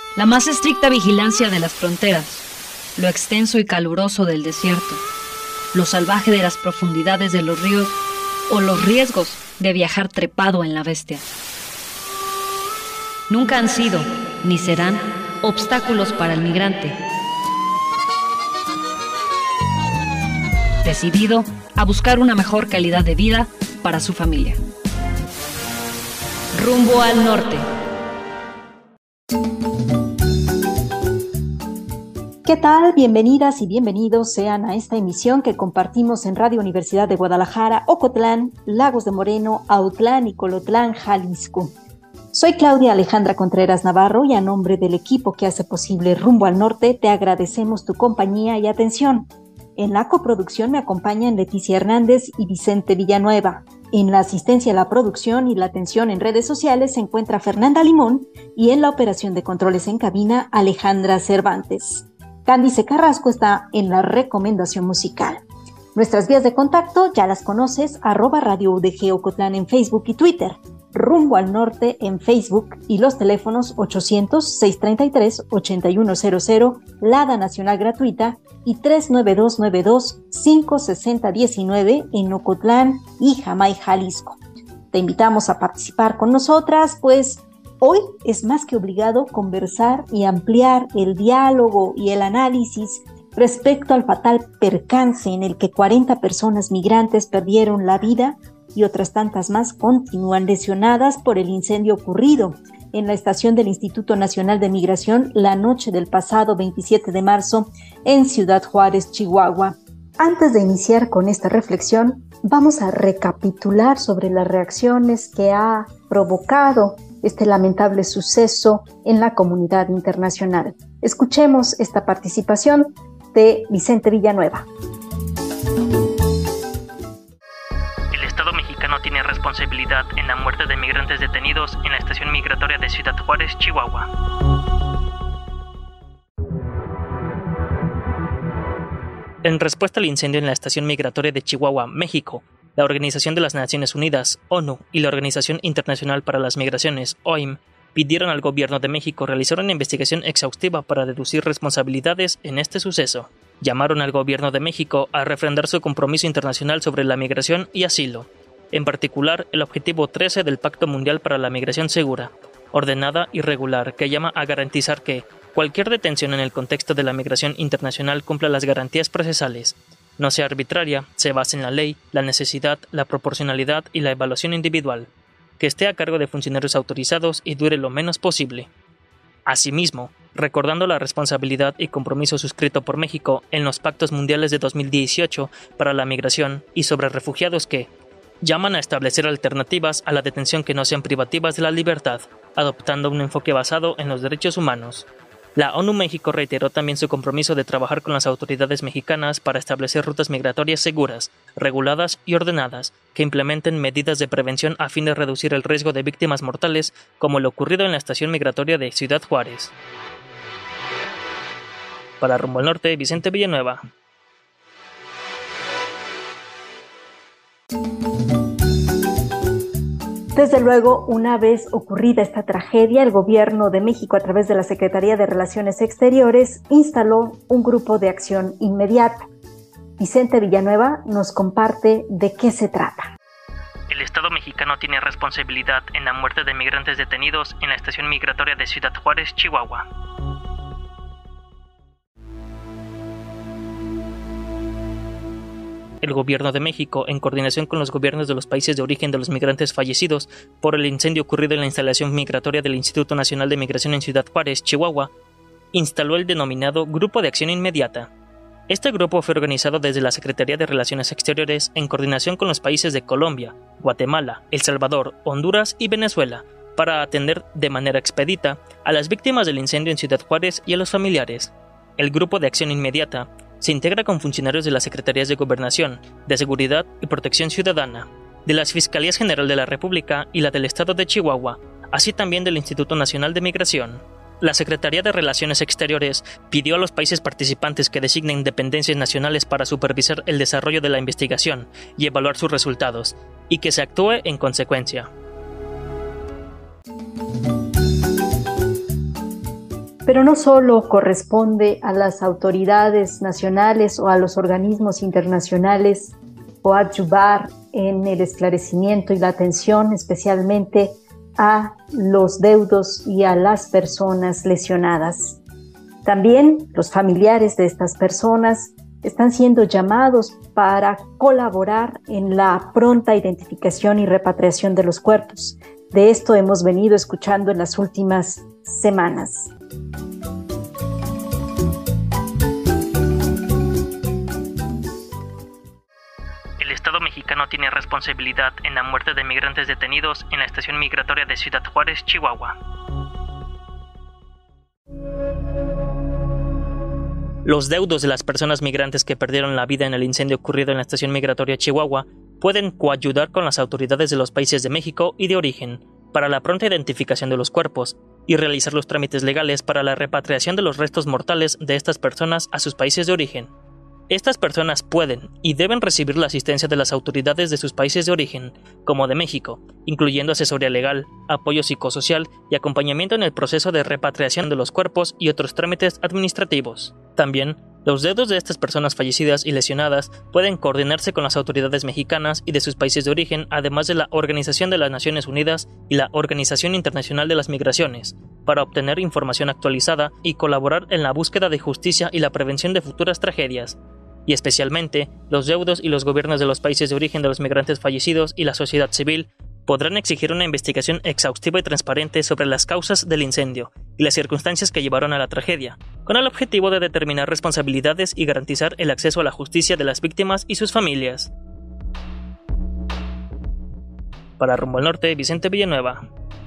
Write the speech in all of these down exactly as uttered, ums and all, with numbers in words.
La más estricta vigilancia de las fronteras, lo extenso y caluroso del desierto, lo salvaje de las profundidades de los ríos o los riesgos de viajar trepado en la bestia. Nunca han sido, ni serán, obstáculos para el migrante, decidido a buscar una mejor calidad de vida para su familia. Rumbo al norte. ¿Qué tal? Bienvenidas y bienvenidos sean a esta emisión que compartimos en Radio Universidad de Guadalajara, Ocotlán, Lagos de Moreno, Autlán y Colotlán, Jalisco. Soy Claudia Alejandra Contreras Navarro y a nombre del equipo que hace posible Rumbo al Norte te agradecemos tu compañía y atención. En la coproducción me acompañan Leticia Hernández y Vicente Villanueva. En la asistencia a la producción y la atención en redes sociales se encuentra Fernanda Limón y en la operación de controles en cabina Alejandra Cervantes. Cándice Carrasco está en la recomendación musical. Nuestras vías de contacto ya las conoces, arroba Radio U D G Ocotlán en Facebook y Twitter, Rumbo al Norte en Facebook y los teléfonos ochocientos, seiscientos treinta y tres, ochenta y uno cero cero, Lada Nacional Gratuita y tres nueve dos nueve dos, cinco seis cero uno nueve en Ocotlán y Jamay, Jalisco. Te invitamos a participar con nosotras, pues hoy es más que obligado conversar y ampliar el diálogo y el análisis respecto al fatal percance en el que cuarenta personas migrantes perdieron la vida y otras tantas más continúan lesionadas por el incendio ocurrido en la estación del Instituto Nacional de Migración la noche del pasado veintisiete de marzo en Ciudad Juárez, Chihuahua. Antes de iniciar con esta reflexión, vamos a recapitular sobre las reacciones que ha provocado este lamentable suceso en la comunidad internacional. Escuchemos esta participación de Vicente Villanueva. El Estado mexicano tiene responsabilidad en la muerte de migrantes detenidos en la estación migratoria de Ciudad Juárez, Chihuahua. En respuesta al incendio en la estación migratoria de Chihuahua, México, la Organización de las Naciones Unidas, ONU, y la Organización Internacional para las Migraciones, O I M, pidieron al gobierno de México realizar una investigación exhaustiva para deducir responsabilidades en este suceso. Llamaron al gobierno de México a refrendar su compromiso internacional sobre la migración y asilo, en particular el objetivo trece del Pacto Mundial para la Migración Segura, ordenada y regular, que llama a garantizar que cualquier detención en el contexto de la migración internacional cumpla las garantías procesales, no sea arbitraria, se base en la ley, la necesidad, la proporcionalidad y la evaluación individual, que esté a cargo de funcionarios autorizados y dure lo menos posible. Asimismo, recordando la responsabilidad y compromiso suscrito por México en los Pactos Mundiales de dos mil dieciocho para la migración y sobre refugiados que llaman a establecer alternativas a la detención que no sean privativas de la libertad, adoptando un enfoque basado en los derechos humanos. La ONU México reiteró también su compromiso de trabajar con las autoridades mexicanas para establecer rutas migratorias seguras, reguladas y ordenadas, que implementen medidas de prevención a fin de reducir el riesgo de víctimas mortales, como lo ocurrido en la estación migratoria de Ciudad Juárez. Para Rumbo al Norte, Vicente Villanueva. Desde luego, una vez ocurrida esta tragedia, el gobierno de México, a través de la Secretaría de Relaciones Exteriores, instaló un grupo de acción inmediata. Vicente Villanueva nos comparte de qué se trata. El Estado mexicano tiene responsabilidad en la muerte de migrantes detenidos en la estación migratoria de Ciudad Juárez, Chihuahua. El gobierno de México, en coordinación con los gobiernos de los países de origen de los migrantes fallecidos por el incendio ocurrido en la instalación migratoria del Instituto Nacional de Migración en Ciudad Juárez, Chihuahua, instaló el denominado Grupo de Acción Inmediata. Este grupo fue organizado desde la Secretaría de Relaciones Exteriores en coordinación con los países de Colombia, Guatemala, El Salvador, Honduras y Venezuela, para atender de manera expedita a las víctimas del incendio en Ciudad Juárez y a los familiares. El Grupo de Acción Inmediata se integra con funcionarios de las Secretarías de Gobernación, de Seguridad y Protección Ciudadana, de las Fiscalías General de la República y la del Estado de Chihuahua, así también del Instituto Nacional de Migración. La Secretaría de Relaciones Exteriores pidió a los países participantes que designen dependencias nacionales para supervisar el desarrollo de la investigación y evaluar sus resultados, y que se actúe en consecuencia. Pero no solo corresponde a las autoridades nacionales o a los organismos internacionales coadyuvar en el esclarecimiento y la atención especialmente a los deudos y a las personas lesionadas. También los familiares de estas personas están siendo llamados para colaborar en la pronta identificación y repatriación de los cuerpos. De esto hemos venido escuchando en las últimas semanas. El Estado mexicano tiene responsabilidad en la muerte de migrantes detenidos en la estación migratoria de Ciudad Juárez, Chihuahua. Los deudos de las personas migrantes que perdieron la vida en el incendio ocurrido en la estación migratoria Chihuahua pueden coayudar con las autoridades de los países de México y de origen para la pronta identificación de los cuerpos y realizar los trámites legales para la repatriación de los restos mortales de estas personas a sus países de origen. Estas personas pueden y deben recibir la asistencia de las autoridades de sus países de origen, como de México, incluyendo asesoría legal, apoyo psicosocial y acompañamiento en el proceso de repatriación de los cuerpos y otros trámites administrativos. También, los deudos de estas personas fallecidas y lesionadas pueden coordinarse con las autoridades mexicanas y de sus países de origen, además de la Organización de las Naciones Unidas y la Organización Internacional de las Migraciones, para obtener información actualizada y colaborar en la búsqueda de justicia y la prevención de futuras tragedias. Y especialmente, los deudos y los gobiernos de los países de origen de los migrantes fallecidos y la sociedad civil podrán exigir una investigación exhaustiva y transparente sobre las causas del incendio y las circunstancias que llevaron a la tragedia, con el objetivo de determinar responsabilidades y garantizar el acceso a la justicia de las víctimas y sus familias. Para Rumbo al Norte, Vicente Villanueva.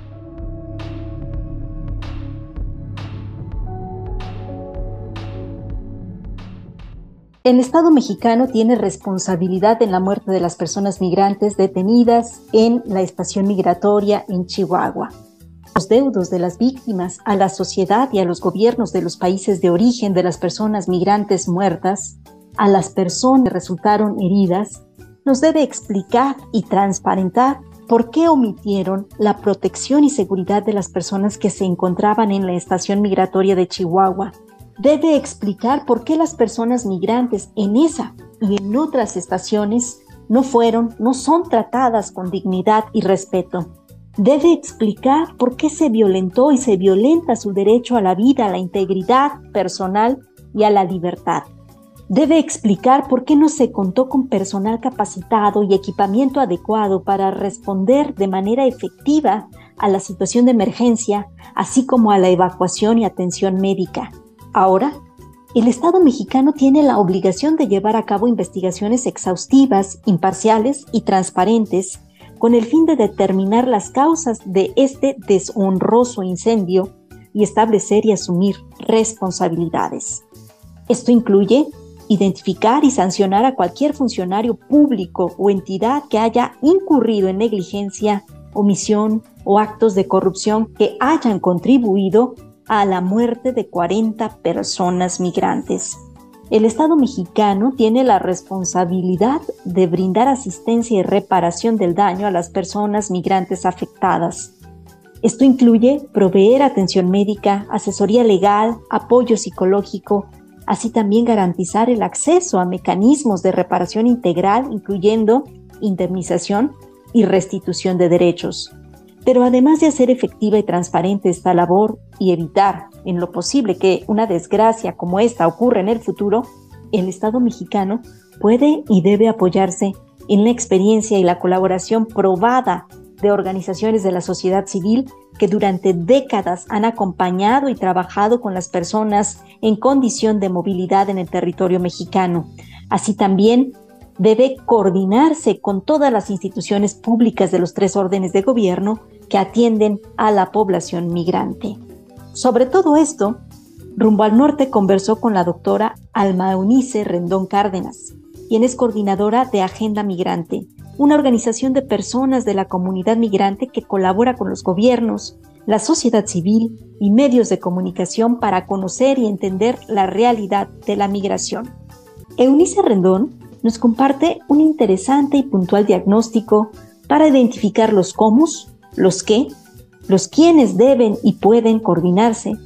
El Estado mexicano tiene responsabilidad en la muerte de las personas migrantes detenidas en la estación migratoria en Chihuahua. Los deudos de las víctimas a la sociedad y a los gobiernos de los países de origen de las personas migrantes muertas, a las personas que resultaron heridas, nos debe explicar y transparentar por qué omitieron la protección y seguridad de las personas que se encontraban en la estación migratoria de Chihuahua. Debe explicar por qué las personas migrantes en esa y en otras estaciones no fueron, no son tratadas con dignidad y respeto. Debe explicar por qué se violentó y se violenta su derecho a la vida, a la integridad personal y a la libertad. Debe explicar por qué no se contó con personal capacitado y equipamiento adecuado para responder de manera efectiva a la situación de emergencia, así como a la evacuación y atención médica. Ahora, el Estado mexicano tiene la obligación de llevar a cabo investigaciones exhaustivas, imparciales y transparentes con el fin de determinar las causas de este deshonroso incendio y establecer y asumir responsabilidades. Esto incluye identificar y sancionar a cualquier funcionario público o entidad que haya incurrido en negligencia, omisión o actos de corrupción que hayan contribuido a la muerte de cuarenta personas migrantes. El Estado mexicano tiene la responsabilidad de brindar asistencia y reparación del daño a las personas migrantes afectadas. Esto incluye proveer atención médica, asesoría legal, apoyo psicológico, así también garantizar el acceso a mecanismos de reparación integral, incluyendo indemnización y restitución de derechos. Pero además de hacer efectiva y transparente esta labor y evitar, en lo posible, que una desgracia como esta ocurra en el futuro, el Estado mexicano puede y debe apoyarse en la experiencia y la colaboración probada de organizaciones de la sociedad civil que durante décadas han acompañado y trabajado con las personas en condición de movilidad en el territorio mexicano. Así también debe coordinarse con todas las instituciones públicas de los tres órdenes de gobierno que atienden a la población migrante. Sobre todo esto, Rumbo al Norte conversó con la doctora Alma Eunice Rendón Cárdenas, quien es coordinadora de Agenda Migrante, una organización de personas de la comunidad migrante que colabora con los gobiernos, la sociedad civil y medios de comunicación para conocer y entender la realidad de la migración. Eunice Rendón nos comparte un interesante y puntual diagnóstico para identificar los cómo, los qué, los quiénes deben y pueden coordinarse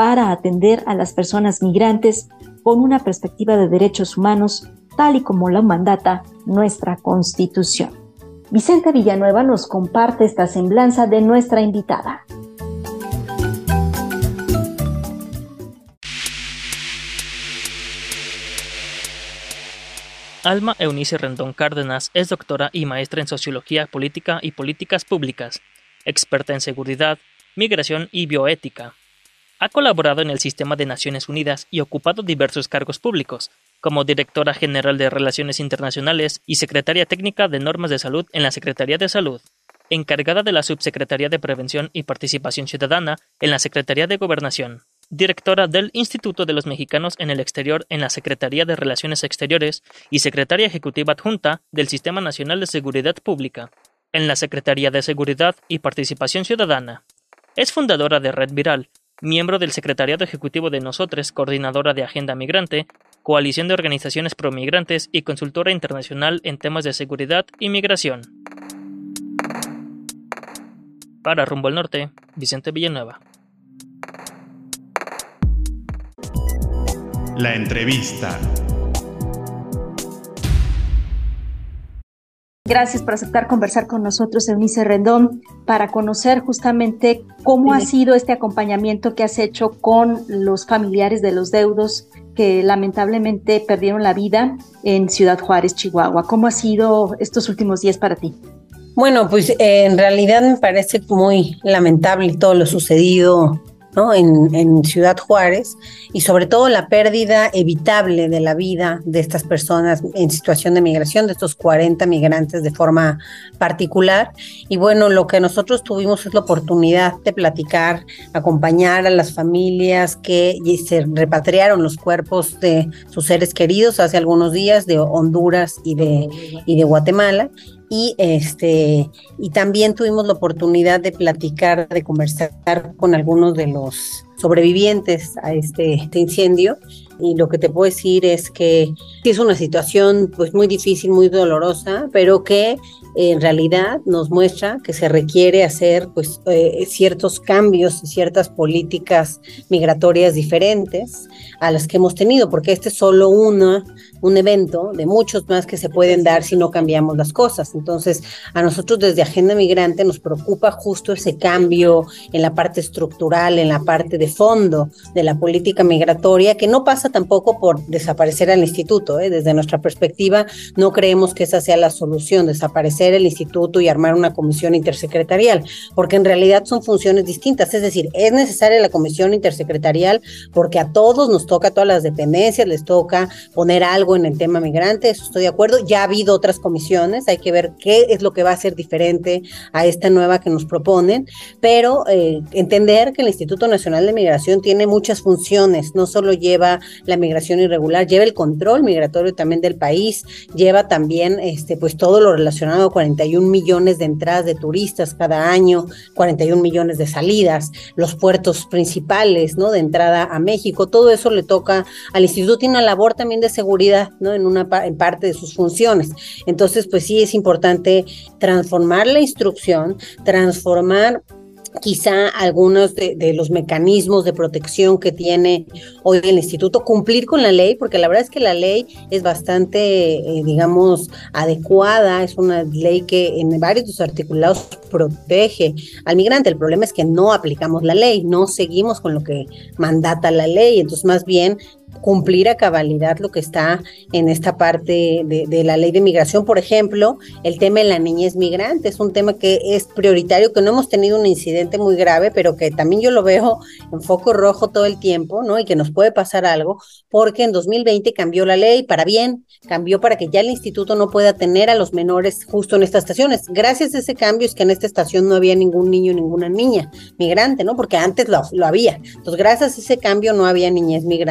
para atender a las personas migrantes con una perspectiva de derechos humanos, tal y como lo mandata nuestra Constitución. Vicente Villanueva nos comparte esta semblanza de nuestra invitada. Alma Eunice Rendón Cárdenas es doctora y maestra en Sociología Política y Políticas Públicas, experta en seguridad, migración y bioética. Ha colaborado en el Sistema de Naciones Unidas y ocupado diversos cargos públicos, como directora general de Relaciones Internacionales y secretaria técnica de Normas de Salud en la Secretaría de Salud, encargada de la Subsecretaría de Prevención y Participación Ciudadana en la Secretaría de Gobernación, directora del Instituto de los Mexicanos en el Exterior en la Secretaría de Relaciones Exteriores y secretaria ejecutiva adjunta del Sistema Nacional de Seguridad Pública, en la Secretaría de Seguridad y Participación Ciudadana. Es fundadora de Red Viral, miembro del Secretariado Ejecutivo de Nosotres, coordinadora de Agenda Migrante, coalición de organizaciones promigrantes y consultora internacional en temas de seguridad y migración. Para Rumbo al Norte, Vicente Villanueva. La entrevista. Gracias por aceptar conversar con nosotros, Eunice Rendón, para conocer justamente cómo sí. ha sido este acompañamiento que has hecho con los familiares de los deudos que lamentablemente perdieron la vida en Ciudad Juárez, Chihuahua. ¿Cómo ha sido estos últimos días para ti? Bueno, pues eh, en realidad me parece muy lamentable todo lo sucedido, ¿no? En, en Ciudad Juárez, y sobre todo la pérdida evitable de la vida de estas personas en situación de migración, de estos cuarenta migrantes de forma particular. Y bueno, lo que nosotros tuvimos es la oportunidad de platicar, acompañar a las familias que se repatriaron los cuerpos de sus seres queridos hace algunos días de Honduras y de, y de Guatemala. Y este y también tuvimos la oportunidad de platicar, de conversar con algunos de los sobrevivientes a este, este incendio. Y lo que te puedo decir es que es una situación pues muy difícil, muy dolorosa, pero que eh, en realidad nos muestra que se requiere hacer pues eh, ciertos cambios y ciertas políticas migratorias diferentes a las que hemos tenido, porque este es solo una, un evento de muchos más que se pueden dar si no cambiamos las cosas. Entonces, a nosotros desde Agenda Migrante nos preocupa justo ese cambio en la parte estructural, en la parte de fondo de la política migratoria, que no pasa tampoco por desaparecer al instituto, ¿eh? Desde nuestra perspectiva no creemos que esa sea la solución, desaparecer el instituto y armar una comisión intersecretarial, porque en realidad son funciones distintas. Es decir, es necesaria la comisión intersecretarial porque a todos nos toca, a todas las dependencias les toca poner algo en el tema migrante, eso estoy de acuerdo. Ya ha habido otras comisiones, hay que ver qué es lo que va a ser diferente a esta nueva que nos proponen, pero eh, entender que el Instituto Nacional de Migración tiene muchas funciones, no solo lleva la migración irregular, lleva el control migratorio también del país, lleva también este pues todo lo relacionado a cuarenta y un millones de entradas de turistas cada año, cuarenta y un millones de salidas, los puertos principales, ¿no? De entrada a México, todo eso le toca al instituto. Tiene una labor también de seguridad, ¿no? En una en parte de sus funciones. Entonces, pues sí es importante transformar la instrucción, transformar quizá algunos de, de los mecanismos de protección que tiene hoy el instituto, cumplir con la ley, porque la verdad es que la ley es bastante, eh, digamos, adecuada, es una ley que en varios de sus articulados protege al migrante. El problema es que no aplicamos la ley, no seguimos con lo que mandata la ley, entonces más bien cumplir a cabalidad lo que está en esta parte de, de la ley de migración. Por ejemplo, el tema de la niñez migrante es un tema que es prioritario, que no hemos tenido un incidente muy grave, pero que también yo lo veo en foco rojo todo el tiempo, ¿no? Y que nos puede pasar algo, porque en dos mil veinte cambió la ley para bien, cambió para que ya el instituto no pueda tener a los menores justo en estas estaciones. Gracias a ese cambio es que en esta estación no había ningún niño, ninguna niña migrante, ¿no? Porque antes lo, lo había. Entonces, gracias a ese cambio no había niñez migrante.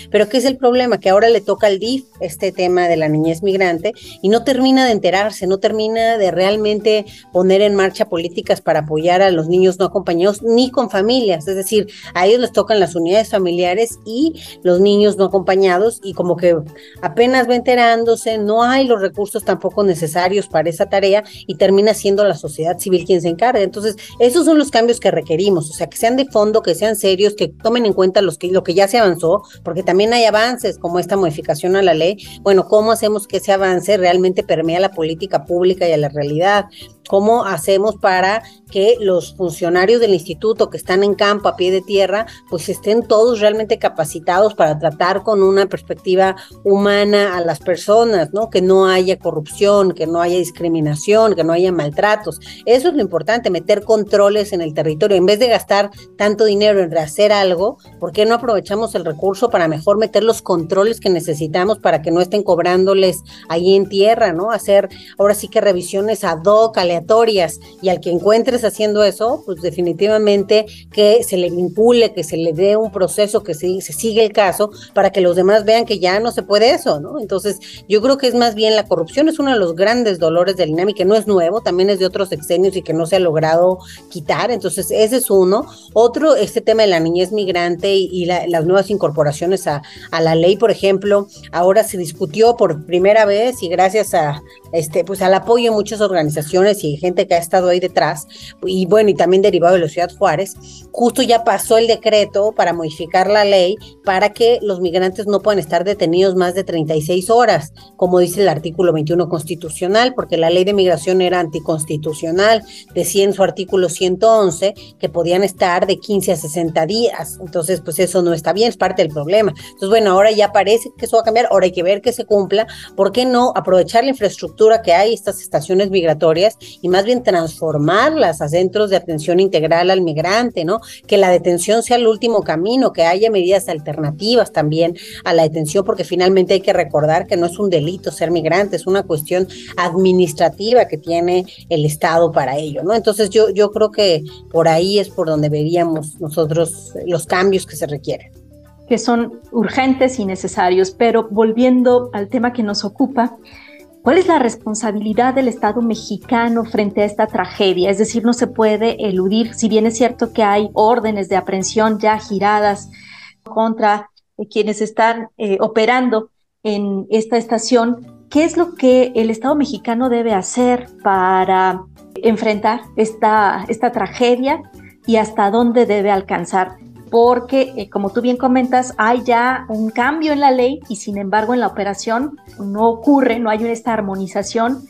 Pero ¿qué es el problema? Que ahora le toca al D I F este tema de la niñez migrante y no termina de enterarse, no termina de realmente poner en marcha políticas para apoyar a los niños no acompañados ni con familias, es decir, a ellos les tocan las unidades familiares y los niños no acompañados, y como que apenas va enterándose, no hay los recursos tampoco necesarios para esa tarea y termina siendo la sociedad civil quien se encarga. Entonces, esos son los cambios que requerimos, o sea, que sean de fondo, que sean serios, que tomen en cuenta los que, lo que ya se avanzó, porque también hay avances como esta modificación a la ley. Bueno, ¿cómo hacemos que ese avance realmente permea la política pública y a la realidad? ¿Cómo hacemos para que los funcionarios del instituto que están en campo, a pie de tierra, pues estén todos realmente capacitados para tratar con una perspectiva humana a las personas, ¿no? Que no haya corrupción, que no haya discriminación, que no haya maltratos. Eso es lo importante, meter controles en el territorio. En vez de gastar tanto dinero en rehacer algo, ¿por qué no aprovechamos el recurso para mejor meter los controles que necesitamos para que no estén cobrándoles ahí en tierra, ¿no? Hacer ahora sí que revisiones ad hoc, aleatorias, y al que encuentres haciendo eso, pues definitivamente que se le vincule, que se le dé un proceso, que se, se siga el caso, para que los demás vean que ya no se puede eso, ¿no? Entonces, yo creo que es más bien la corrupción, es uno de los grandes dolores del INAMI, que no es nuevo, también es de otros sexenios y que no se ha logrado quitar. Entonces, ese es uno. Otro, este tema de la niñez migrante y, y la, las nuevas incorporaciones a, a la ley, por ejemplo, ahora se discutió por primera vez y gracias a este, pues al apoyo de muchas organizaciones y gente que ha estado ahí detrás, y bueno, y también derivado de la Ciudad Juárez, justo ya pasó el decreto para modificar la ley para que los migrantes no puedan estar detenidos más de treinta y seis horas, como dice el artículo veintiuno constitucional, porque la ley de migración era anticonstitucional, decía en su artículo ciento once que podían estar de quince a sesenta días, entonces pues eso no está bien, es parte del problema. Entonces bueno, ahora ya parece que eso va a cambiar, ahora hay que ver que se cumpla. ¿Por qué no aprovechar la infraestructura que hay, estas estaciones migratorias, y más bien transformarlas a centros de atención integral al migrante, ¿no? Que la detención sea el último camino, que haya medidas alternativas también a la detención, porque finalmente hay que recordar que no es un delito ser migrante, es una cuestión administrativa que tiene el Estado para ello, ¿no? Entonces yo, yo creo que por ahí es por donde veríamos nosotros los cambios que se requieren. Que son urgentes y necesarios, pero volviendo al tema que nos ocupa, ¿cuál es la responsabilidad del Estado mexicano frente a esta tragedia? Es decir, no se puede eludir, si bien es cierto que hay órdenes de aprehensión ya giradas contra quienes están eh, operando en esta estación, ¿qué es lo que el Estado mexicano debe hacer para enfrentar esta, esta tragedia y hasta dónde debe alcanzar? Porque, eh, como tú bien comentas, hay ya un cambio en la ley y sin embargo en la operación no ocurre, no hay esta armonización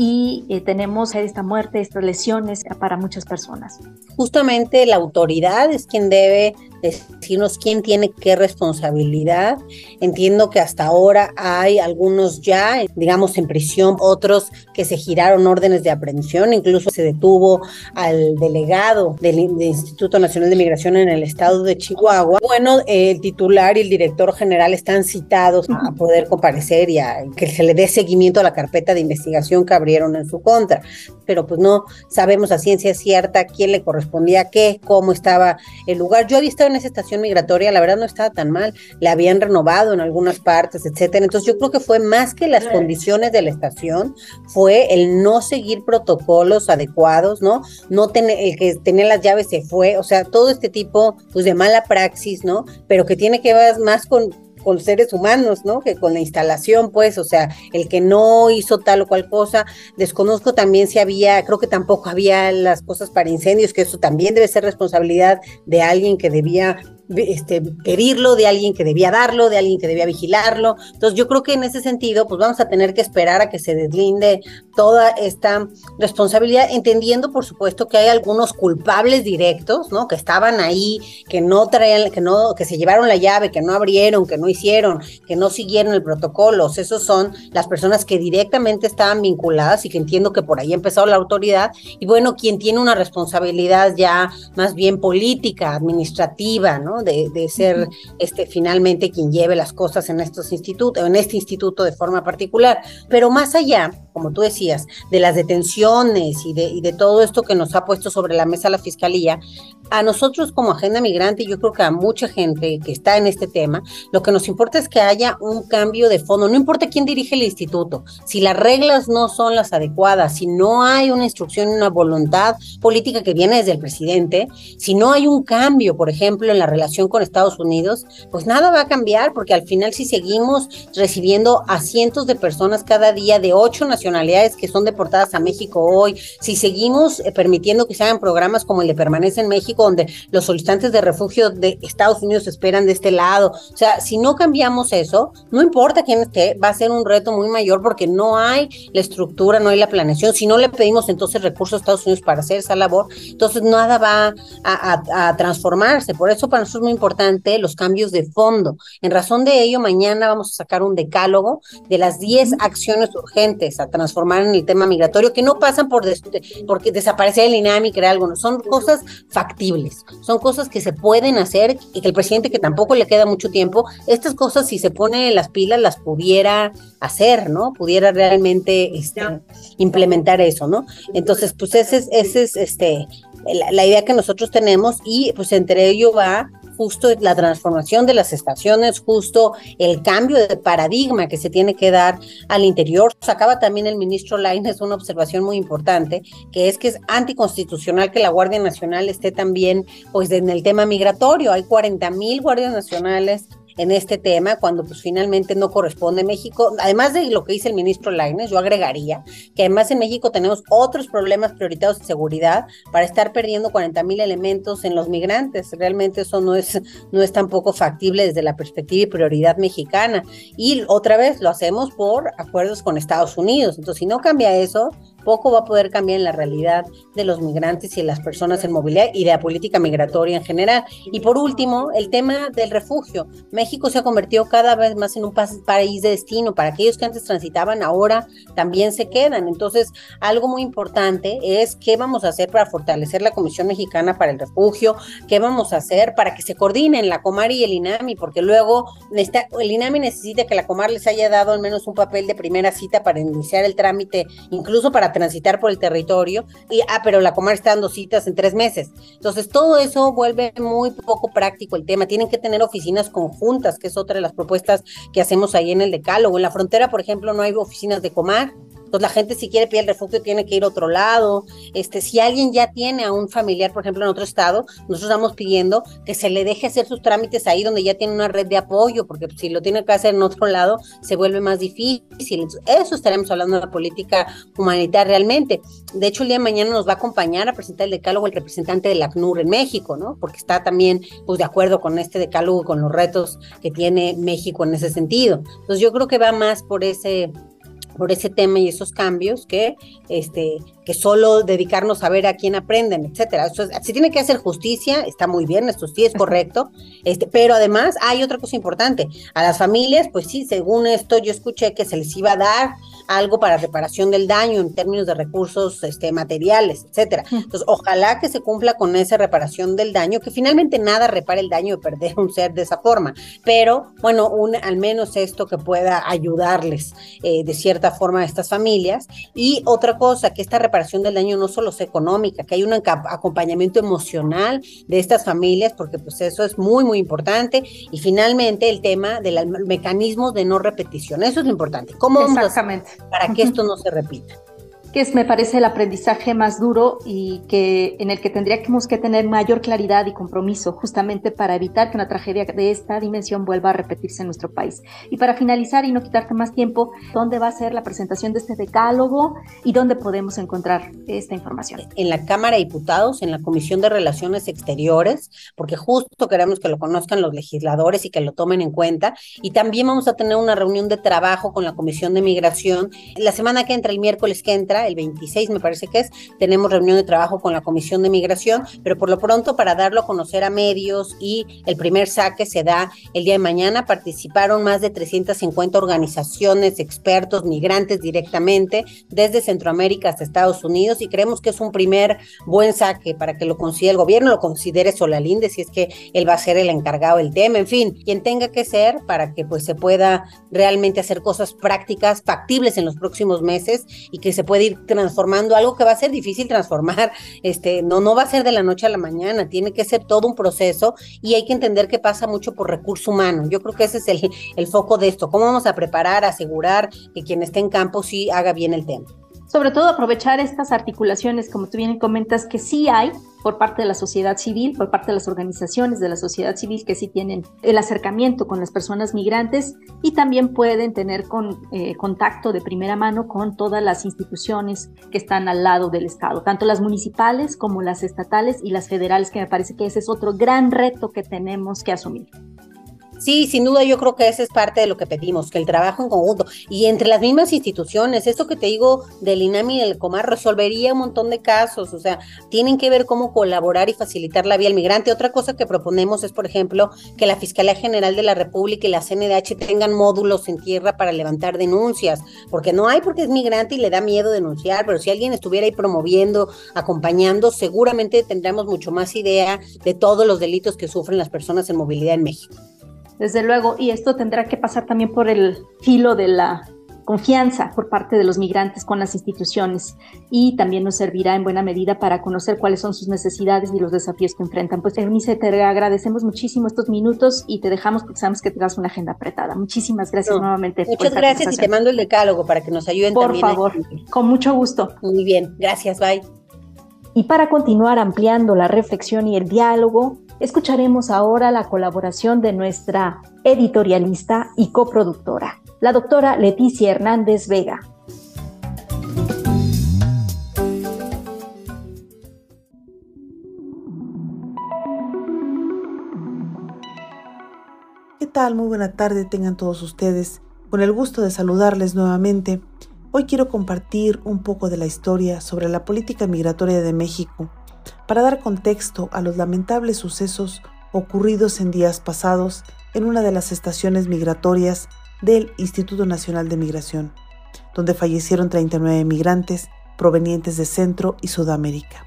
y eh, tenemos esta muerte, estas lesiones para muchas personas. Justamente la autoridad es quien debe decirnos quién tiene qué responsabilidad. Entiendo que hasta ahora hay algunos ya, digamos, en prisión, otros que se giraron órdenes de aprehensión, incluso se detuvo al delegado del, del Instituto Nacional de Migración en el estado de Chihuahua. Bueno, el titular y el director general están citados a poder comparecer y a que se le dé seguimiento a la carpeta de investigación que abrieron en su contra, pero pues no sabemos a ciencia cierta quién le correspondía a qué, cómo estaba el lugar. Yo había estado en esa estación migratoria, la verdad no estaba tan mal, la habían renovado en algunas partes, etcétera. Entonces yo creo que fue más que las condiciones de la estación, fue el no seguir protocolos adecuados, ¿no? No tener, el que tenía las llaves se fue, o sea, todo este tipo pues de mala praxis, ¿no? Pero que tiene que ver más con con seres humanos, ¿no? Que con la instalación, pues, o sea, el que no hizo tal o cual cosa. Desconozco también si había, creo que tampoco había las cosas para incendios, que eso también debe ser responsabilidad de alguien que debía este, pedirlo, de alguien que debía darlo, de alguien que debía vigilarlo. Entonces yo creo que en ese sentido pues vamos a tener que esperar a que se deslinde toda esta responsabilidad, entendiendo por supuesto que hay algunos culpables directos, ¿no? Que estaban ahí, que no traían, que no, que se llevaron la llave, que no abrieron, que no hicieron, que no siguieron el protocolo. Esos son las personas que directamente estaban vinculadas y que entiendo que por ahí ha empezado la autoridad, y bueno, quien tiene una responsabilidad ya más bien política, administrativa, ¿no? De, de ser este finalmente quien lleve las cosas en estos institutos, en este instituto de forma particular. Pero más allá, como tú decías, de las detenciones y de, y de todo esto que nos ha puesto sobre la mesa la Fiscalía, a nosotros como Agenda Migrante, yo creo que a mucha gente que está en este tema, lo que nos importa es que haya un cambio de fondo, no importa quién dirige el instituto, si las reglas no son las adecuadas, si no hay una instrucción, una voluntad política que viene desde el presidente, si no hay un cambio, por ejemplo, en la relación con Estados Unidos, pues nada va a cambiar, porque al final si seguimos recibiendo a cientos de personas cada día de ocho nacionalidades que son deportadas a México hoy, si seguimos eh, permitiendo que se hagan programas como el de Permanece en México, donde los solicitantes de refugio de Estados Unidos esperan de este lado, o sea, si no cambiamos eso, no importa quién esté, va a ser un reto muy mayor porque no hay la estructura, no hay la planeación, si no le pedimos entonces recursos a Estados Unidos para hacer esa labor, entonces nada va a, a, a transformarse, por eso para nosotros es muy importante los cambios de fondo. En razón de ello, mañana vamos a sacar un decálogo de las diez acciones urgentes a transformar en el tema migratorio, que no pasan por des, porque desaparecer el INAMI y crear algo, no, son cosas factibles, son cosas que se pueden hacer y que el presidente, que tampoco le queda mucho tiempo, estas cosas si se pone las pilas las pudiera hacer, ¿no? Pudiera realmente este, implementar eso, ¿no? Entonces, pues ese es, ese es este, la, la idea que nosotros tenemos y pues entre ello va justo la transformación de las estaciones, justo el cambio de paradigma que se tiene que dar al interior. Sacaba también el ministro Lainez una observación muy importante, que es que es anticonstitucional que la Guardia Nacional esté también pues en el tema migratorio. Hay cuarenta mil guardias nacionales en este tema, cuando pues finalmente no corresponde. México, además de lo que dice el ministro Lainez, yo agregaría que además en México tenemos otros problemas prioritarios de seguridad para estar perdiendo cuarenta mil elementos en los migrantes. Realmente eso no es, no es tampoco factible desde la perspectiva y prioridad mexicana. Y otra vez lo hacemos por acuerdos con Estados Unidos. Entonces, si no cambia eso, poco va a poder cambiar en la realidad de los migrantes y de las personas en movilidad y de la política migratoria en general. Y por último, el tema del refugio. México se ha convertido cada vez más en un país de destino. Para aquellos que antes transitaban, ahora también se quedan. Entonces, algo muy importante es qué vamos a hacer para fortalecer la Comisión Mexicana para el Refugio, qué vamos a hacer para que se coordinen la Comar y el INAMI, porque luego necesita, el INAMI necesita que la Comar les haya dado al menos un papel de primera cita para iniciar el trámite, incluso para transitar por el territorio, y ah, pero la Comar está dando citas en tres meses. Entonces, todo eso vuelve muy poco práctico el tema. Tienen que tener oficinas conjuntas, que es otra de las propuestas que hacemos ahí en el decálogo. En la frontera, por ejemplo, no hay oficinas de Comar. Entonces la gente si quiere pedir el refugio tiene que ir a otro lado. Este, si alguien ya tiene a un familiar, por ejemplo, en otro estado, nosotros estamos pidiendo que se le deje hacer sus trámites ahí donde ya tiene una red de apoyo, porque si lo tiene que hacer en otro lado, se vuelve más difícil. Eso estaremos hablando de la política humanitaria realmente. De hecho, el día de mañana nos va a acompañar a presentar el decálogo el representante de la A C N U R en México, ¿no? Porque está también pues de acuerdo con este decálogo, con los retos que tiene México en ese sentido. Entonces yo creo que va más por ese... por ese tema y esos cambios que este que solo dedicarnos a ver a quién aprenden, etcétera. Eso es, se tiene que hacer justicia, está muy bien, esto sí es correcto, este, pero además hay otra cosa importante, a las familias, pues sí, según esto yo escuché que se les iba a dar algo para reparación del daño en términos de recursos este, materiales, etcétera. Entonces, ojalá que se cumpla con esa reparación del daño, que finalmente nada repara el daño de perder un ser de esa forma, pero bueno, un, al menos esto que pueda ayudarles eh, de cierta forma a estas familias. Y otra cosa, que esta reparación del daño no solo sea económica, que hay un acompañamiento emocional de estas familias, porque pues eso es muy, muy importante. Y finalmente el tema de los mecanismos de no repetición, eso es lo importante. ¿Cómo vamos a hacer para que esto no se repita? Que es, me parece, el aprendizaje más duro y que en el que tendríamos que tener mayor claridad y compromiso, justamente para evitar que una tragedia de esta dimensión vuelva a repetirse en nuestro país. Y para finalizar y no quitarte más tiempo, ¿dónde va a ser la presentación de este decálogo y dónde podemos encontrar esta información? En la Cámara de Diputados, en la Comisión de Relaciones Exteriores, porque justo queremos que lo conozcan los legisladores y que lo tomen en cuenta. Y también vamos a tener una reunión de trabajo con la Comisión de Migración. La semana que entra, el miércoles que entra, el veintiséis me parece que es, tenemos reunión de trabajo con la Comisión de Migración, pero por lo pronto para darlo a conocer a medios, y el primer saque se da el día de mañana. Participaron más de trescientas cincuenta organizaciones, expertos, migrantes directamente, desde Centroamérica hasta Estados Unidos, y creemos que es un primer buen saque para que lo considere el gobierno, lo considere Solalinde, si es que él va a ser el encargado del tema, en fin, quien tenga que ser, para que pues se pueda realmente hacer cosas prácticas, factibles en los próximos meses, y que se pueda ir ir transformando algo que va a ser difícil transformar, este, no, no va a ser de la noche a la mañana, tiene que ser todo un proceso y hay que entender que pasa mucho por recurso humano. Yo creo que ese es el, el foco de esto, cómo vamos a preparar, asegurar que quien esté en campo sí haga bien el tema. Sobre todo aprovechar estas articulaciones, como tú bien comentas, que sí hay por parte de la sociedad civil, por parte de las organizaciones de la sociedad civil que sí tienen el acercamiento con las personas migrantes y también pueden tener con, eh, contacto de primera mano con todas las instituciones que están al lado del Estado, tanto las municipales como las estatales y las federales, que me parece que ese es otro gran reto que tenemos que asumir. Sí, sin duda yo creo que esa es parte de lo que pedimos, que el trabajo en conjunto y entre las mismas instituciones, esto que te digo del INAMI y del COMAR resolvería un montón de casos, o sea, tienen que ver cómo colaborar y facilitar la vía al migrante. Otra cosa que proponemos es, por ejemplo, que la Fiscalía General de la República y la C N D H tengan módulos en tierra para levantar denuncias, porque no hay porque es migrante y le da miedo denunciar, pero si alguien estuviera ahí promoviendo, acompañando, seguramente tendremos mucho más idea de todos los delitos que sufren las personas en movilidad en México. Desde luego, y esto tendrá que pasar también por el filo de la confianza por parte de los migrantes con las instituciones y también nos servirá en buena medida para conocer cuáles son sus necesidades y los desafíos que enfrentan. Pues Eunice, te agradecemos muchísimo estos minutos y te dejamos porque sabemos que tengas una agenda apretada. Muchísimas gracias no, nuevamente. Muchas gracias y te mando el decálogo para que nos ayuden por también. Por favor, a... con mucho gusto. Muy bien, gracias, bye. Y para continuar ampliando la reflexión y el diálogo, escucharemos ahora la colaboración de nuestra editorialista y coproductora, la doctora Leticia Hernández Vega. ¿Qué tal? Muy buena tarde tengan todos ustedes. Con el gusto de saludarles nuevamente. Hoy quiero compartir un poco de la historia sobre la política migratoria de México para dar contexto a los lamentables sucesos ocurridos en días pasados en una de las estaciones migratorias del Instituto Nacional de Migración, donde fallecieron treinta y nueve migrantes provenientes de Centro y Sudamérica.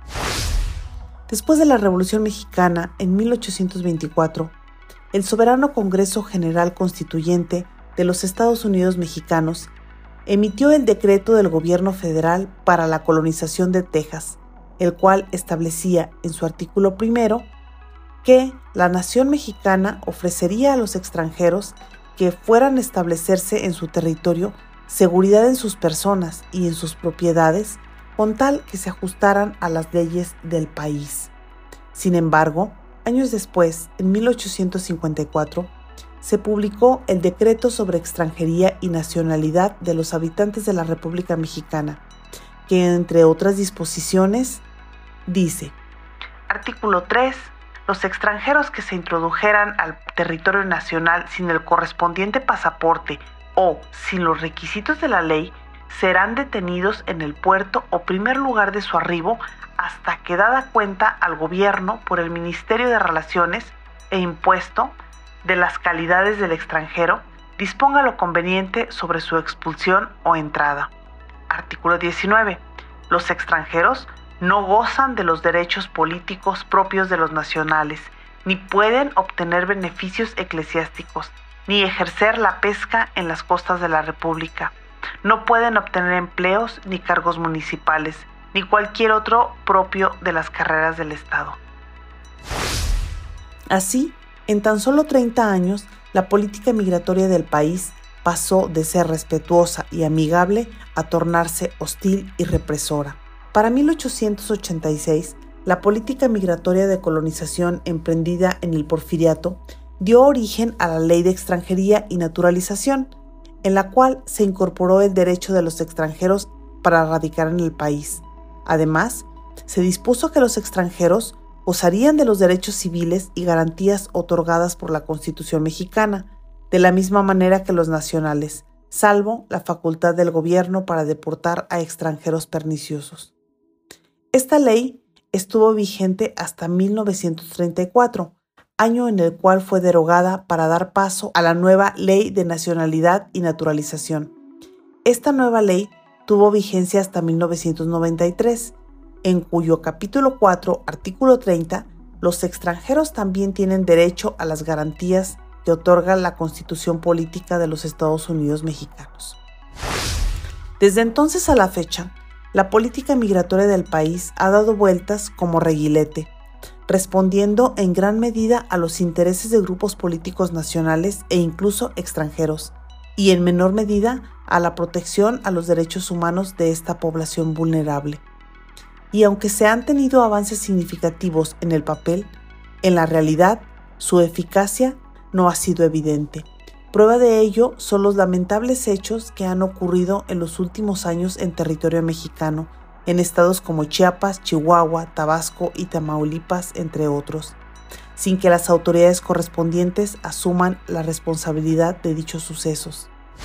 Después de la Revolución Mexicana, en mil ochocientos veinticuatro, el Soberano Congreso General Constituyente de los Estados Unidos Mexicanos emitió el decreto del gobierno federal para la colonización de Texas, el cual establecía en su artículo primero que la nación mexicana ofrecería a los extranjeros que fueran a establecerse en su territorio seguridad en sus personas y en sus propiedades con tal que se ajustaran a las leyes del país. Sin embargo, años después, en mil ochocientos cincuenta y cuatro, se publicó el Decreto sobre Extranjería y Nacionalidad de los Habitantes de la República Mexicana, que entre otras disposiciones dice: Artículo tres. Los extranjeros que se introdujeran al territorio nacional sin el correspondiente pasaporte o sin los requisitos de la ley serán detenidos en el puerto o primer lugar de su arribo hasta que, dada cuenta al gobierno por el Ministerio de Relaciones e impuesto de las calidades del extranjero, disponga lo conveniente sobre su expulsión o entrada. Artículo diecinueve. Los extranjeros no gozan de los derechos políticos propios de los nacionales, ni pueden obtener beneficios eclesiásticos, ni ejercer la pesca en las costas de la República. No pueden obtener empleos ni cargos municipales, ni cualquier otro propio de las carreras del Estado. Así, en tan solo treinta años, la política migratoria del país pasó de ser respetuosa y amigable a tornarse hostil y represora. Para mil ochocientos ochenta y seis, la política migratoria de colonización emprendida en el Porfiriato dio origen a la Ley de Extranjería y Naturalización, en la cual se incorporó el derecho de los extranjeros para radicar en el país. Además, se dispuso que los extranjeros gozarían de los derechos civiles y garantías otorgadas por la Constitución mexicana, de la misma manera que los nacionales, salvo la facultad del gobierno para deportar a extranjeros perniciosos. Esta ley estuvo vigente hasta mil novecientos treinta y cuatro, año en el cual fue derogada para dar paso a la nueva Ley de Nacionalidad y Naturalización. Esta nueva ley tuvo vigencia hasta mil novecientos noventa y tres, en cuyo capítulo cuatro, artículo treinta, los extranjeros también tienen derecho a las garantías que otorga la Constitución Política de los Estados Unidos Mexicanos. Desde entonces a la fecha, la política migratoria del país ha dado vueltas como reguilete, respondiendo en gran medida a los intereses de grupos políticos nacionales e incluso extranjeros, y en menor medida a la protección a los derechos humanos de esta población vulnerable. Y aunque se han tenido avances significativos en el papel, en la realidad, su eficacia no ha sido evidente. Prueba de ello son los lamentables hechos que han ocurrido en los últimos años en territorio mexicano, en estados como Chiapas, Chihuahua, Tabasco y Tamaulipas, entre otros, sin que las autoridades correspondientes asuman la responsabilidad de dichos sucesos.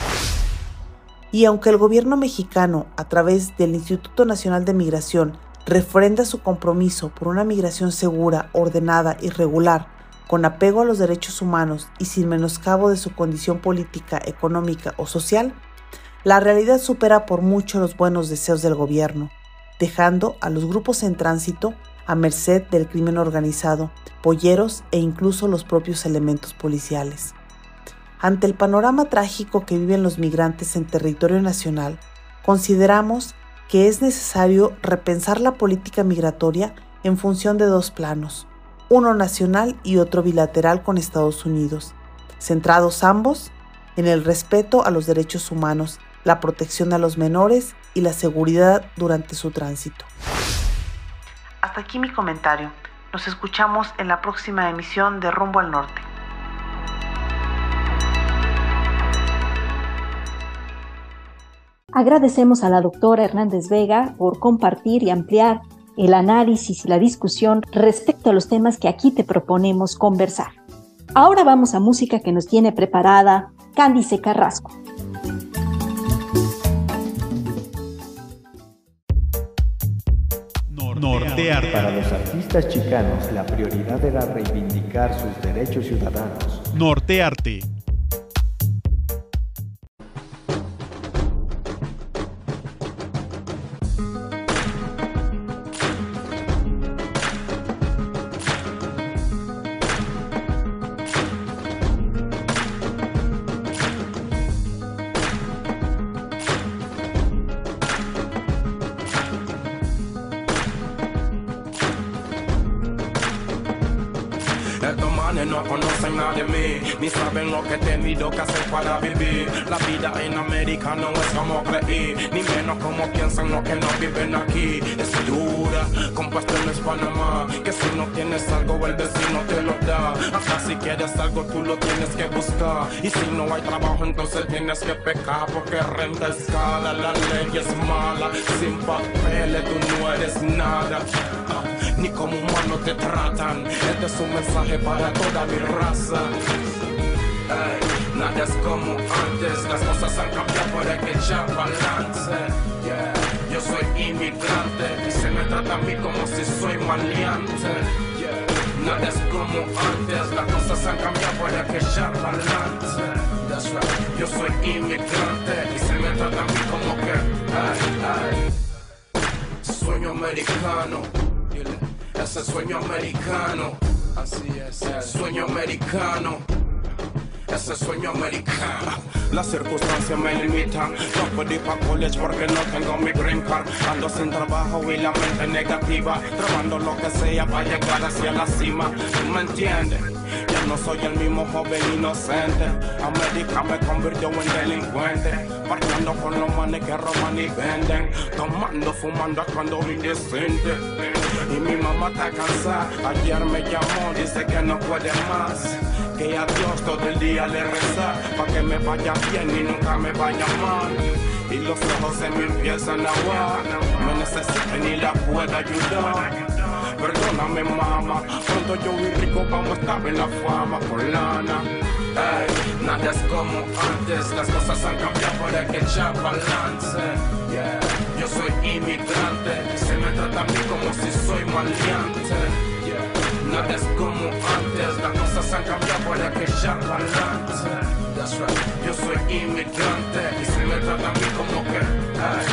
Y aunque el gobierno mexicano, a través del Instituto Nacional de Migración, refrenda su compromiso por una migración segura, ordenada y regular, con apego a los derechos humanos y sin menoscabo de su condición política, económica o social, la realidad supera por mucho los buenos deseos del gobierno, dejando a los grupos en tránsito a merced del crimen organizado, polleros e incluso los propios elementos policiales. Ante el panorama trágico que viven los migrantes en territorio nacional, consideramos que es necesario repensar la política migratoria en función de dos planos, uno nacional y otro bilateral con Estados Unidos, centrados ambos en el respeto a los derechos humanos, la protección a los menores y la seguridad durante su tránsito. Hasta aquí mi comentario. Nos escuchamos en la próxima emisión de Rumbo al Norte. Agradecemos a la doctora Hernández Vega por compartir y ampliar el análisis y la discusión respecto a los temas que aquí te proponemos conversar. Ahora vamos a música que nos tiene preparada Cándice Carrasco. Nortearte. Para los artistas chicanos, la prioridad era reivindicar sus derechos ciudadanos. Nortearte. No conocen nada de mí, ni saben lo que he tenido que hacer para vivir. La vida en América no es como creí, ni menos como piensan los que no viven aquí. Es dura, compuesto en Panamá, que si no tienes algo el vecino te lo da. Hasta si quieres algo tú lo tienes que buscar, y si no hay trabajo entonces tienes que pecar, porque renta es cara, la ley es mala. Sin papeles tú no eres nada, ni como humano te tratan. Este es un mensaje para toda mi raza. Ey, nada es como antes, las cosas han cambiado, pero hay que echar balance. Yeah. Yo soy inmigrante y se me trata a mí como si soy maleante. Yeah. Nada es como antes, las cosas han cambiado, pero hay que echar balance. That's right. Yo soy inmigrante y se me trata a mí como que ay, ay. Sueño americano, ese sueño americano, así es, sueño americano, ese sueño americano. Las circunstancias me limitan, no puedo ir pa' college porque no tengo mi green card. Ando sin trabajo y la mente negativa, trabajando lo que sea para llegar hacia la cima. ¿Tú me entiendes? Ya no soy el mismo joven inocente. América me convirtió en delincuente, parqueando con los manes que roban y venden, tomando, fumando, actuando indecente. Y mi mamá está cansada, ayer me llamó, dice que no puede más, que a Dios todo el día le reza, pa' que me vaya bien y nunca me vaya mal. Y los ojos se me empiezan a aguar, me necesitan y la puedo ayudar. Perdóname mamá, pronto yo y rico vamos a estar en la fama con lana. Ey, nada es como antes, las cosas han cambiado, pero hay que echar balance. Yeah. Yo soy inmigrante, se me trata a mí como si soy maleante. Yeah. Nada es como antes, las cosas han cambiado, pero hay que echar balance. That's right. Yo soy inmigrante y se me trata a mí como que ay,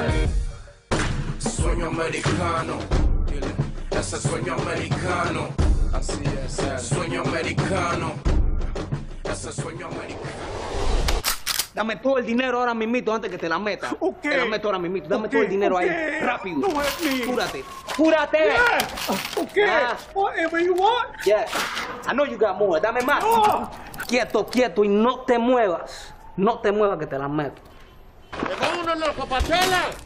ay. Sueño americano, ese sueño americano, así es, sueño americano, ese sueño americano. Dame todo el dinero ahora mismito antes que te la meta. Okay. Te la meto ahora mismito. Dame Okay. todo el dinero Okay. ahí. Rápido. No hurt me. Cúrate. Cúrate. Yeah. Okay. Ah. Whatever you want. Yeah. I know you got more. Dame más. No. Quieto, quieto y no te muevas. No te muevas que te la meto. ¡Llegó uno en los zapateles!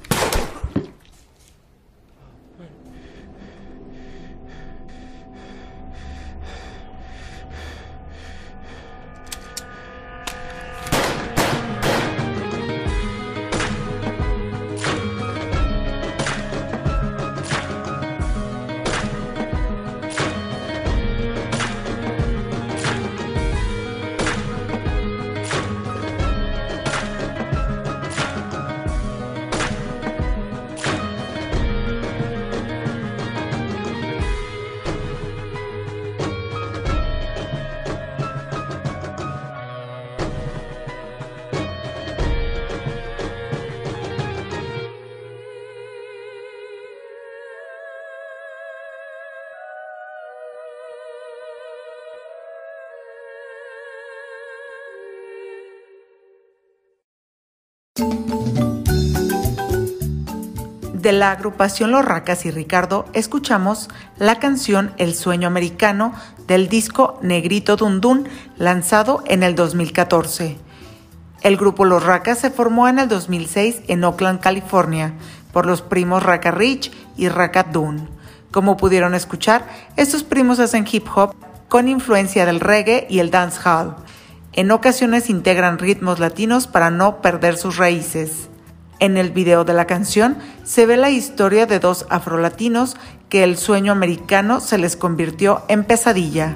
De la agrupación Los Racas y Ricardo escuchamos la canción El Sueño Americano del disco Negrito Dun Dun, lanzado en el dos mil catorce. El grupo Los Racas se formó en el dos mil seis en Oakland, California, por los primos Raka Rich y Raka Dun. Como pudieron escuchar, estos primos hacen hip hop con influencia del reggae y el dancehall. En ocasiones integran ritmos latinos para no perder sus raíces. En el video de la canción se ve la historia de dos afrolatinos que el sueño americano se les convirtió en pesadilla.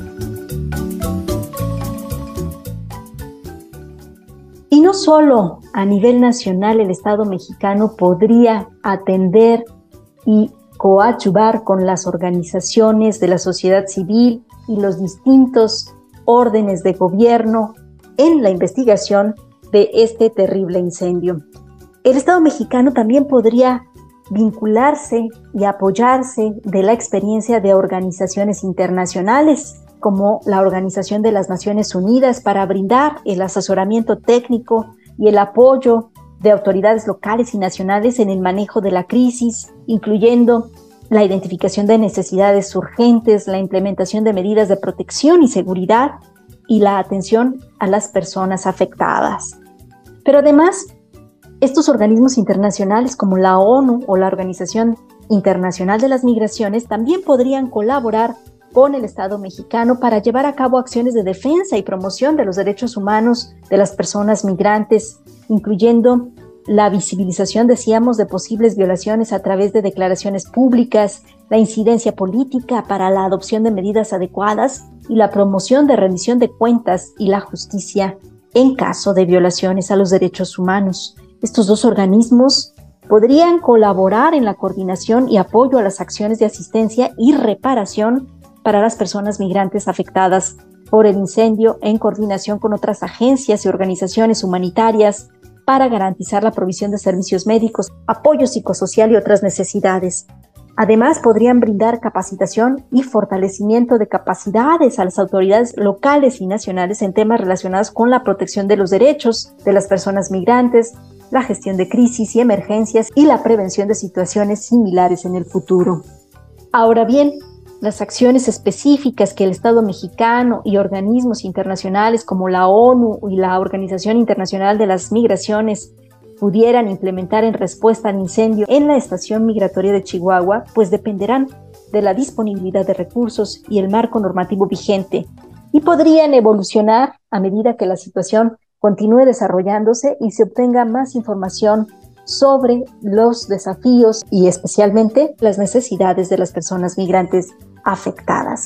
Y no solo a nivel nacional el Estado mexicano podría atender y coadyuvar con las organizaciones de la sociedad civil y los distintos órdenes de gobierno en la investigación de este terrible incendio. El Estado mexicano también podría vincularse y apoyarse de la experiencia de organizaciones internacionales, como la Organización de las Naciones Unidas, para brindar el asesoramiento técnico y el apoyo de autoridades locales y nacionales en el manejo de la crisis, incluyendo la identificación de necesidades urgentes, la implementación de medidas de protección y seguridad y la atención a las personas afectadas. Pero además, estos organismos internacionales como la ONU o la Organización Internacional de las Migraciones también podrían colaborar con el Estado mexicano para llevar a cabo acciones de defensa y promoción de los derechos humanos de las personas migrantes, incluyendo la visibilización, decíamos, de posibles violaciones a través de declaraciones públicas, la incidencia política para la adopción de medidas adecuadas y la promoción de rendición de cuentas y la justicia en caso de violaciones a los derechos humanos. Estos dos organismos podrían colaborar en la coordinación y apoyo a las acciones de asistencia y reparación para las personas migrantes afectadas por el incendio en coordinación con otras agencias y organizaciones humanitarias para garantizar la provisión de servicios médicos, apoyo psicosocial y otras necesidades. Además, podrían brindar capacitación y fortalecimiento de capacidades a las autoridades locales y nacionales en temas relacionados con la protección de los derechos de las personas migrantes, la gestión de crisis y emergencias y la prevención de situaciones similares en el futuro. Ahora bien, las acciones específicas que el Estado mexicano y organismos internacionales como la ONU y la Organización Internacional de las Migraciones pudieran implementar en respuesta al incendio en la estación migratoria de Chihuahua, pues dependerán de la disponibilidad de recursos y el marco normativo vigente, y podrían evolucionar a medida que la situación continúe desarrollándose y se obtenga más información sobre los desafíos y especialmente las necesidades de las personas migrantes afectadas.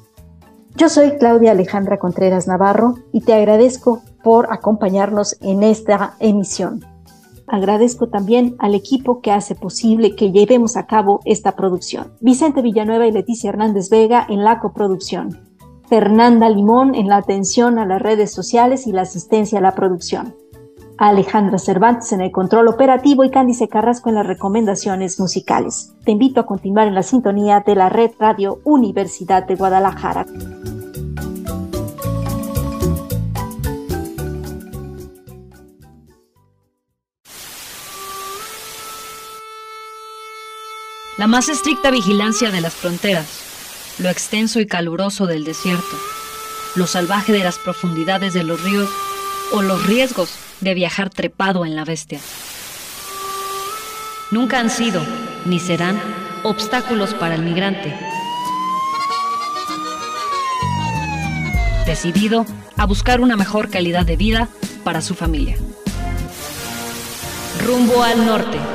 Yo soy Claudia Alejandra Contreras Navarro y te agradezco por acompañarnos en esta emisión. Agradezco también al equipo que hace posible que llevemos a cabo esta producción. Vicente Villanueva y Leticia Hernández Vega en la coproducción. Fernanda Limón en la atención a las redes sociales y la asistencia a la producción. Alejandra Cervantes en el control operativo y Cándice Carrasco en las recomendaciones musicales. Te invito a continuar en la sintonía de la Red Radio Universidad de Guadalajara. La más estricta vigilancia de las fronteras, lo extenso y caluroso del desierto, lo salvaje de las profundidades de los ríos o los riesgos de viajar trepado en la bestia. Nunca han sido, ni serán, obstáculos para el migrante, decidido a buscar una mejor calidad de vida para su familia. Rumbo al norte.